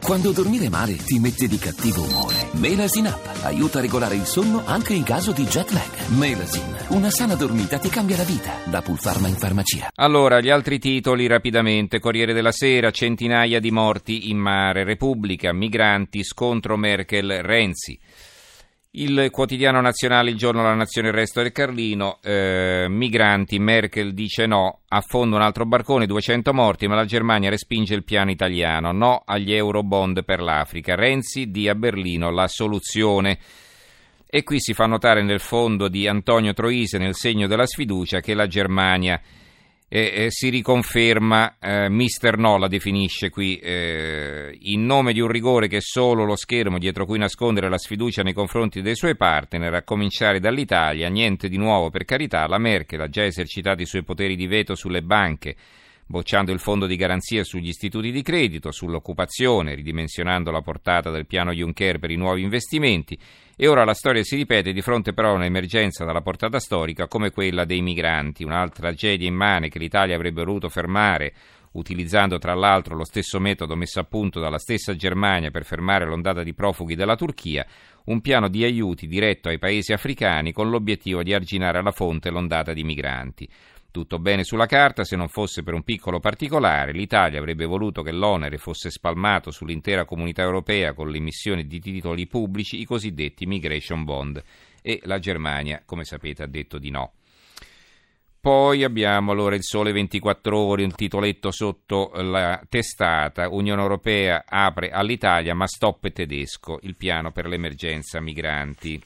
Quando dormire male ti mette di cattivo umore. Melasin Up aiuta a regolare il sonno anche in caso di jet lag. Melasin, una sana dormita ti cambia la vita. Da Pulpharma in farmacia. Allora, gli altri titoli rapidamente. Corriere della Sera, centinaia di morti in mare. Repubblica, migranti, scontro Merkel-Renzi. Il quotidiano nazionale, il giorno La Nazione, il Resto del Carlino, migranti, Merkel dice no, affonda un altro barcone, 200 morti, ma la Germania respinge il piano italiano, no agli eurobond per l'Africa, Renzi dia a Berlino la soluzione. E qui si fa notare nel fondo di Antonio Troise, nel segno della sfiducia, che la Germania si riconferma, Mister No la definisce qui, in nome di un rigore che è solo lo schermo dietro cui nascondere la sfiducia nei confronti dei suoi partner, a cominciare dall'Italia, niente di nuovo per carità, la Merkel ha già esercitato i suoi poteri di veto sulle banche, bocciando il fondo di garanzia sugli istituti di credito, sull'occupazione, ridimensionando la portata del piano Juncker per i nuovi investimenti, e ora la storia si ripete di fronte però a un'emergenza dalla portata storica come quella dei migranti, un'altra tragedia immane che l'Italia avrebbe voluto fermare, utilizzando tra l'altro lo stesso metodo messo a punto dalla stessa Germania per fermare l'ondata di profughi dalla Turchia, un piano di aiuti diretto ai paesi africani con l'obiettivo di arginare alla fonte l'ondata di migranti. Tutto bene sulla carta se non fosse per un piccolo particolare. L'Italia avrebbe voluto che l'onere fosse spalmato sull'intera comunità europea con l'emissione di titoli pubblici, i cosiddetti migration bond, e la Germania, come sapete, ha detto di no. Poi abbiamo allora il Sole 24 Ore, il titoletto sotto la testata, Unione Europea apre all'Italia ma stop tedesco, il piano per l'emergenza migranti.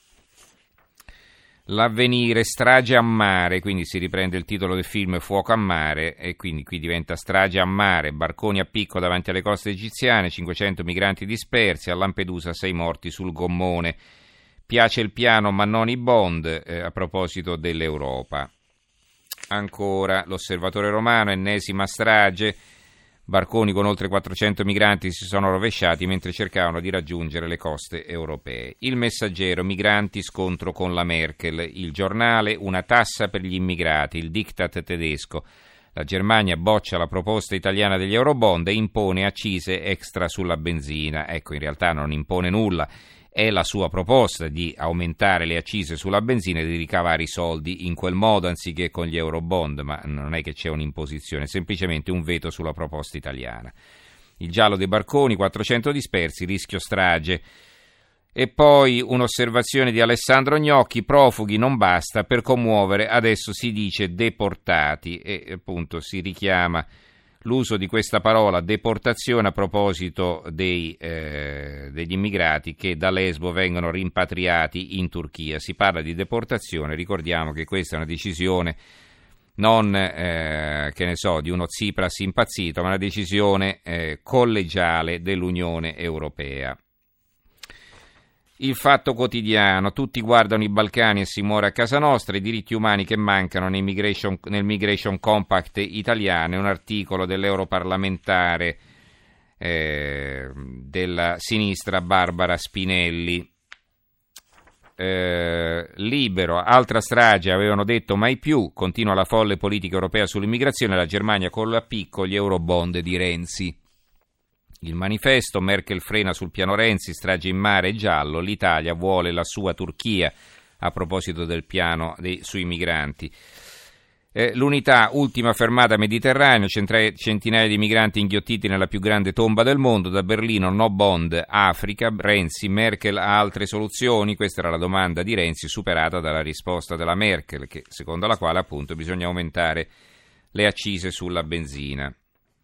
L'Avvenire, strage a mare, quindi si riprende il titolo del film Fuoco a mare e quindi qui diventa strage a mare, barconi a picco davanti alle coste egiziane, 500 migranti dispersi, a Lampedusa 6 morti sul gommone. Piace il piano ma non i bond, a proposito dell'Europa. Ancora l'Osservatore Romano, ennesima strage. Barconi con oltre 400 migranti si sono rovesciati mentre cercavano di raggiungere le coste europee. Il Messaggero, migranti, scontro con la Merkel. Il Giornale, una tassa per gli immigrati, il diktat tedesco. La Germania boccia la proposta italiana degli eurobond e impone accise extra sulla benzina. Ecco, in realtà non impone nulla. È la sua proposta di aumentare le accise sulla benzina e di ricavare i soldi in quel modo anziché con gli eurobond, ma non è che c'è un'imposizione, è semplicemente un veto sulla proposta italiana. Il giallo dei barconi, 400 dispersi, rischio strage. E poi un'osservazione di Alessandro Gnocchi, profughi non basta, per commuovere adesso si dice deportati, e appunto si richiama l'uso di questa parola deportazione a proposito degli immigrati che da Lesbo vengono rimpatriati in Turchia. Si parla di deportazione, ricordiamo che questa è una decisione non di uno Tsipras impazzito, ma una decisione collegiale dell'Unione Europea. Il Fatto Quotidiano, tutti guardano i Balcani e si muore a casa nostra, i diritti umani che mancano nel Migration Compact italiano, è un articolo dell'europarlamentare della sinistra Barbara Spinelli. Libero, altra strage, avevano detto mai più, continua la folle politica europea sull'immigrazione, la Germania con a picco gli eurobond di Renzi. Il Manifesto, Merkel frena sul piano Renzi, strage in mare e giallo, l'Italia vuole la sua Turchia a proposito del piano sui migranti. L'Unità, ultima fermata Mediterraneo, centinaia di migranti inghiottiti nella più grande tomba del mondo, da Berlino no bond, Africa, Renzi, Merkel ha altre soluzioni, questa era la domanda di Renzi superata dalla risposta della Merkel, secondo la quale appunto bisogna aumentare le accise sulla benzina.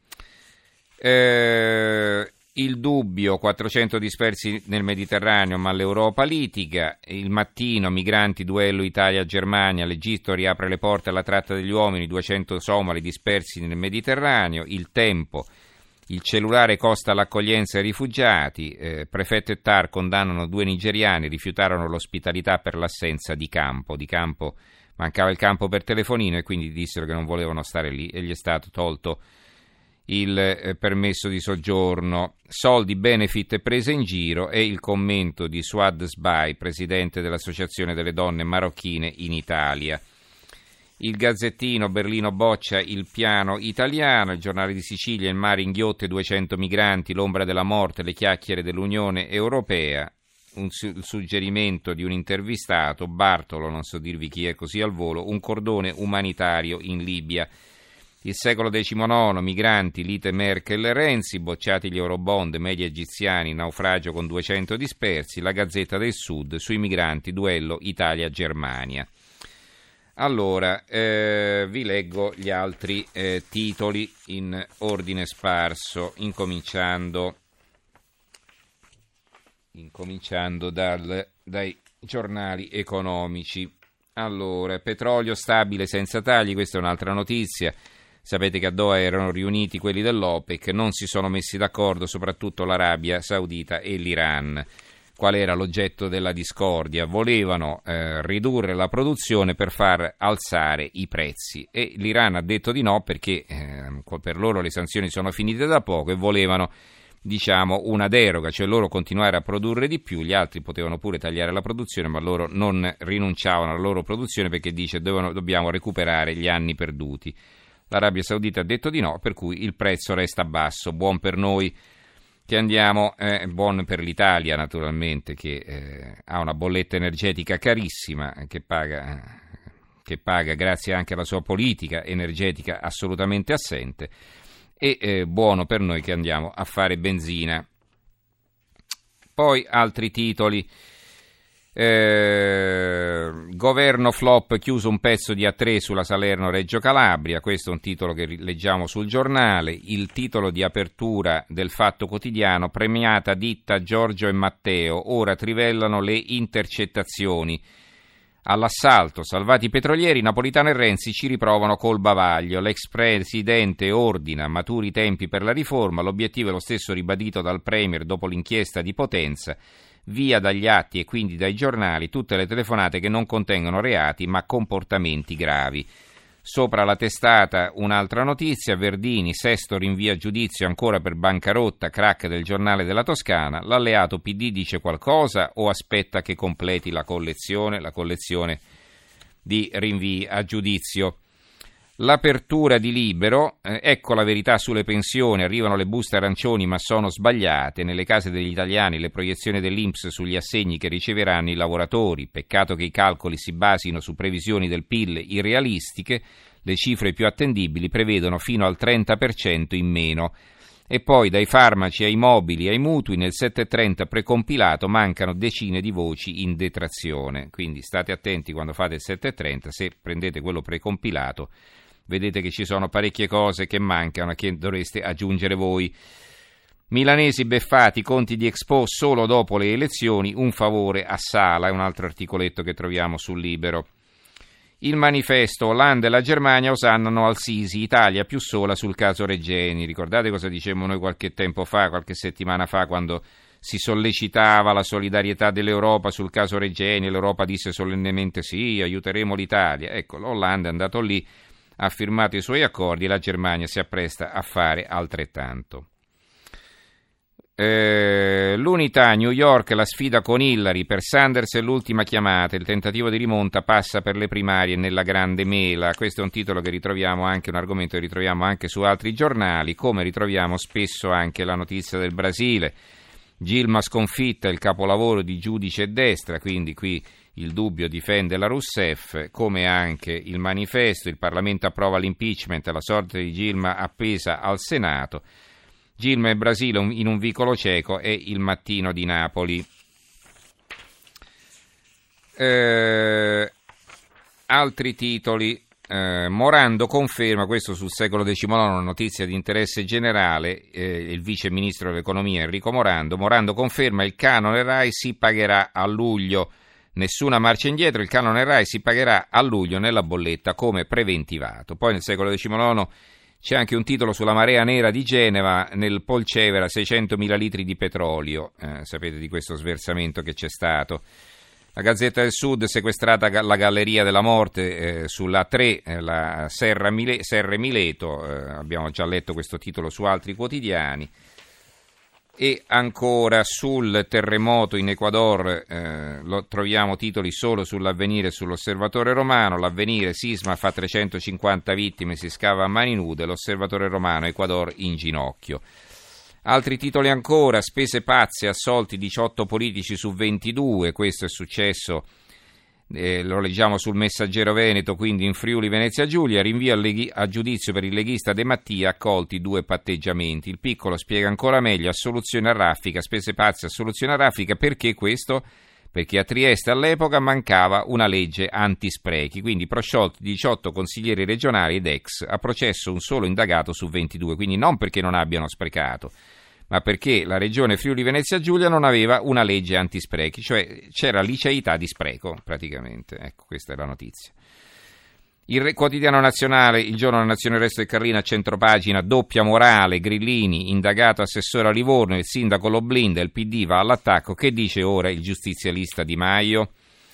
Il Dubbio, 400 dispersi nel Mediterraneo ma l'Europa litiga. Il Mattino, migranti, duello Italia-Germania, l'Egitto riapre le porte alla tratta degli uomini, 200 somali dispersi nel Mediterraneo. Il Tempo, il cellulare costa l'accoglienza ai rifugiati, prefetto e TAR condannano 2 nigeriani, rifiutarono l'ospitalità per l'assenza di campo, mancava il campo per telefonino e quindi dissero che non volevano stare lì e gli è stato tolto il permesso di soggiorno. Soldi, benefit prese in giro, e il commento di Suad Sbai, presidente dell'Associazione delle donne marocchine in Italia. Il Gazzettino, Berlino boccia il piano italiano. Il Giornale di Sicilia, il mare inghiotte 200 migranti, l'ombra della morte, le chiacchiere dell'Unione Europea. Il suggerimento di un intervistato, Bartolo, non so dirvi chi è così al volo, un cordone umanitario in Libia. Il Secolo XIX, migranti, lite Merkel-Renzi, bocciati gli Eurobond, media egiziani, naufragio con 200 dispersi. La Gazzetta del Sud, sui migranti, duello Italia-Germania. Allora, vi leggo gli altri titoli in ordine sparso, incominciando dai giornali economici. Allora, petrolio stabile senza tagli, questa è un'altra notizia. Sapete che a Doha erano riuniti quelli dell'OPEC, non si sono messi d'accordo, soprattutto l'Arabia Saudita e l'Iran. Qual era l'oggetto della discordia? Volevano ridurre la produzione per far alzare i prezzi e l'Iran ha detto di no perché per loro le sanzioni sono finite da poco e volevano una deroga, cioè loro continuare a produrre di più, gli altri potevano pure tagliare la produzione, ma loro non rinunciavano alla loro produzione perché dobbiamo recuperare gli anni perduti. L'Arabia Saudita ha detto di no, per cui il prezzo resta basso, buon per noi che andiamo, buon per l'Italia naturalmente, che ha una bolletta energetica carissima, che paga grazie anche alla sua politica energetica assolutamente assente, e buono per noi che andiamo a fare benzina. Poi altri titoli. Governo flop, chiuso un pezzo di A3 sulla Salerno-Reggio Calabria, questo è un titolo che leggiamo sul giornale. Il titolo di apertura del Fatto Quotidiano, premiata ditta Giorgio e Matteo, ora trivellano le intercettazioni. All'assalto, salvati i petrolieri, Napolitano e Renzi ci riprovano col bavaglio. L'ex presidente ordina maturi tempi per la riforma, l'obiettivo è lo stesso ribadito dal Premier dopo l'inchiesta di Potenza. Via dagli atti e quindi dai giornali tutte le telefonate che non contengono reati ma comportamenti gravi. Sopra la testata un'altra notizia, Verdini, sesto rinvio a giudizio ancora per bancarotta, crack del Giornale della Toscana. L'alleato PD dice qualcosa o aspetta che completi la collezione di rinvii a giudizio? L'apertura di Libero, ecco la verità sulle pensioni, arrivano le buste arancioni ma sono sbagliate, nelle case degli italiani le proiezioni dell'INPS sugli assegni che riceveranno i lavoratori, peccato che i calcoli si basino su previsioni del PIL irrealistiche, le cifre più attendibili prevedono fino al 30% in meno. E poi dai farmaci ai mobili ai mutui nel 730 precompilato mancano decine di voci in detrazione, quindi state attenti quando fate il 730, se prendete quello precompilato vedete che ci sono parecchie cose che mancano e che dovreste aggiungere voi. Milanesi beffati, conti di Expo solo dopo le elezioni, un favore a Sala, è un altro articoletto che troviamo sul Libero. Il Manifesto, Hollande e la Germania osannano al Sisi, Italia più sola sul caso Regeni. Ricordate cosa dicevamo noi qualche settimana fa, quando si sollecitava la solidarietà dell'Europa sul caso Regeni, l'Europa disse solennemente sì, aiuteremo l'Italia. Ecco, l'Hollande è andato lì, ha firmato i suoi accordi e la Germania si appresta a fare altrettanto. L'Unità, New York, la sfida con Hillary, per Sanders è l'ultima chiamata, il tentativo di rimonta passa per le primarie nella grande mela. Questo è un titolo che ritroviamo anche, un argomento che ritroviamo anche su altri giornali, come ritroviamo spesso anche la notizia del Brasile. Dilma sconfitta, il capolavoro di giudice e destra, quindi qui il dubbio difende la Rousseff, come anche il Manifesto, il Parlamento approva l'impeachment, la sorte di Dilma appesa al Senato. Dilma e Brasile in un vicolo cieco e il Mattino di Napoli. Altri titoli. Morando conferma, questo sul Secolo XIX, una notizia di interesse generale, il vice ministro dell'economia Enrico Morando conferma il canone RAI si pagherà a luglio. Nessuna marcia indietro, il canone RAI si pagherà a luglio nella bolletta come preventivato. Poi nel Secolo XIX c'è anche un titolo sulla marea nera di Genova, nel Polcevera 600.000 litri di petrolio, sapete di questo sversamento che c'è stato. La Gazzetta del Sud, sequestrata la Galleria della Morte sulla 3, la Serre Mileto, abbiamo già letto questo titolo su altri quotidiani. E ancora sul terremoto in Ecuador, troviamo titoli solo sull'Avvenire e sull'Osservatore Romano. L'Avvenire: sisma fa 350 vittime, si scava a mani nude. L'Osservatore Romano: Ecuador in ginocchio. Altri titoli ancora: spese pazze, assolti 18 politici su 22, questo è successo, lo leggiamo sul Messaggero Veneto, quindi in Friuli Venezia Giulia. Rinvio a giudizio per il leghista De Mattia, accolti 2 patteggiamenti. Il Piccolo spiega ancora meglio: assoluzione a raffica, spese pazze, assoluzione a raffica. Perché questo? Perché a Trieste all'epoca mancava una legge antisprechi, quindi prosciolti 18 consiglieri regionali ed ex, a processo un solo indagato su 22, quindi non perché non abbiano sprecato, ma perché la regione Friuli Venezia Giulia non aveva una legge antisprechi, cioè c'era liceità di spreco praticamente. Ecco, questa è la notizia. Il Quotidiano Nazionale: il Giorno della Nazione, il Resto del Carlino, a centropagina: doppia morale, Grillini indagato assessore a Livorno, il sindaco lo blinda, il PD va all'attacco. Che dice ora il giustizialista Di Maio?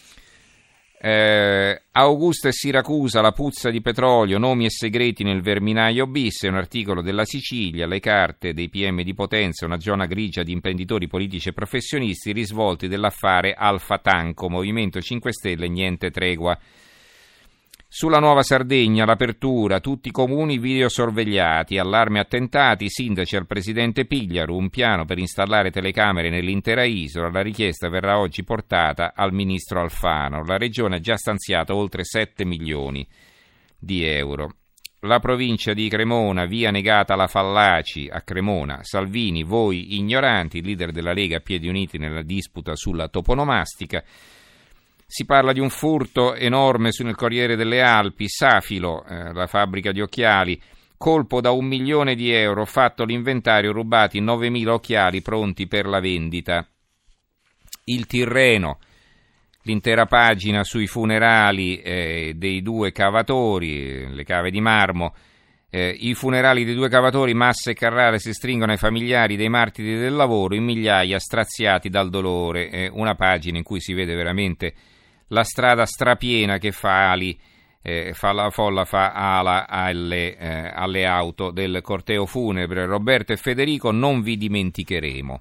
Augusta e Siracusa, la puzza di petrolio, nomi e segreti nel Verminaio bis, è un articolo della Sicilia. Le carte dei PM di Potenza, una zona grigia di imprenditori politici e professionisti, risvolti dell'affare Alfa Tanco, Movimento 5 Stelle, niente tregua. Sulla Nuova Sardegna, l'apertura, tutti i comuni videosorvegliati, allarme attentati, sindaci al presidente Pigliaru, un piano per installare telecamere nell'intera isola. La richiesta verrà oggi portata al ministro Alfano. La regione ha già stanziato oltre 7 milioni di euro. La provincia di Cremona: via negata alla Fallaci a Cremona. Salvini: voi ignoranti, il leader della Lega a piedi uniti nella disputa sulla toponomastica. Si parla di un furto enorme nel Corriere delle Alpi. Safilo, la fabbrica di occhiali, colpo da 1 milione di euro, fatto l'inventario, rubati 9.000 occhiali pronti per la vendita. Il Tirreno, l'intera pagina sui funerali dei 2 cavatori, le cave di marmo. I funerali dei 2 cavatori, Massa e Carrara, si stringono ai familiari dei martiri del lavoro, in migliaia straziati dal dolore. Una pagina in cui si vede veramente la strada strapiena che fa ali, la folla fa ala alle auto del corteo funebre. Roberto e Federico: non vi dimenticheremo.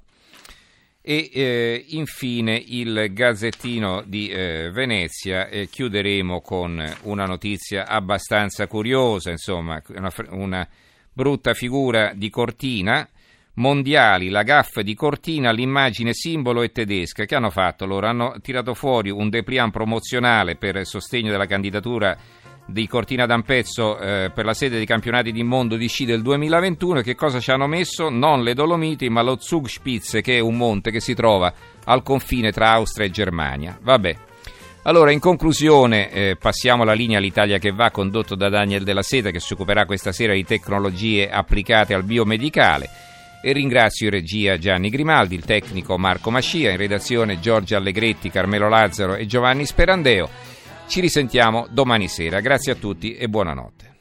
E infine il Gazzettino di Venezia, chiuderemo con una notizia abbastanza curiosa, insomma, una brutta figura di Cortina. Mondiali, la gaffe di Cortina, l'immagine simbolo è tedesca. Che hanno fatto loro? Hanno tirato fuori un dépliant promozionale per sostegno della candidatura di Cortina d'Ampezzo per la sede dei campionati di mondo di sci del 2021. Che cosa ci hanno messo? Non le Dolomiti, ma lo Zugspitze, che è un monte che si trova al confine tra Austria e Germania. Vabbè. Allora, in conclusione, passiamo alla linea L'Italia che va, condotto da Daniel Della Seta, che si occuperà questa sera di tecnologie applicate al biomedicale. E ringrazio in regia Gianni Grimaldi, il tecnico Marco Mascia, in redazione Giorgia Allegretti, Carmelo Lazzaro e Giovanni Sperandeo. Ci risentiamo domani sera. Grazie a tutti e buonanotte.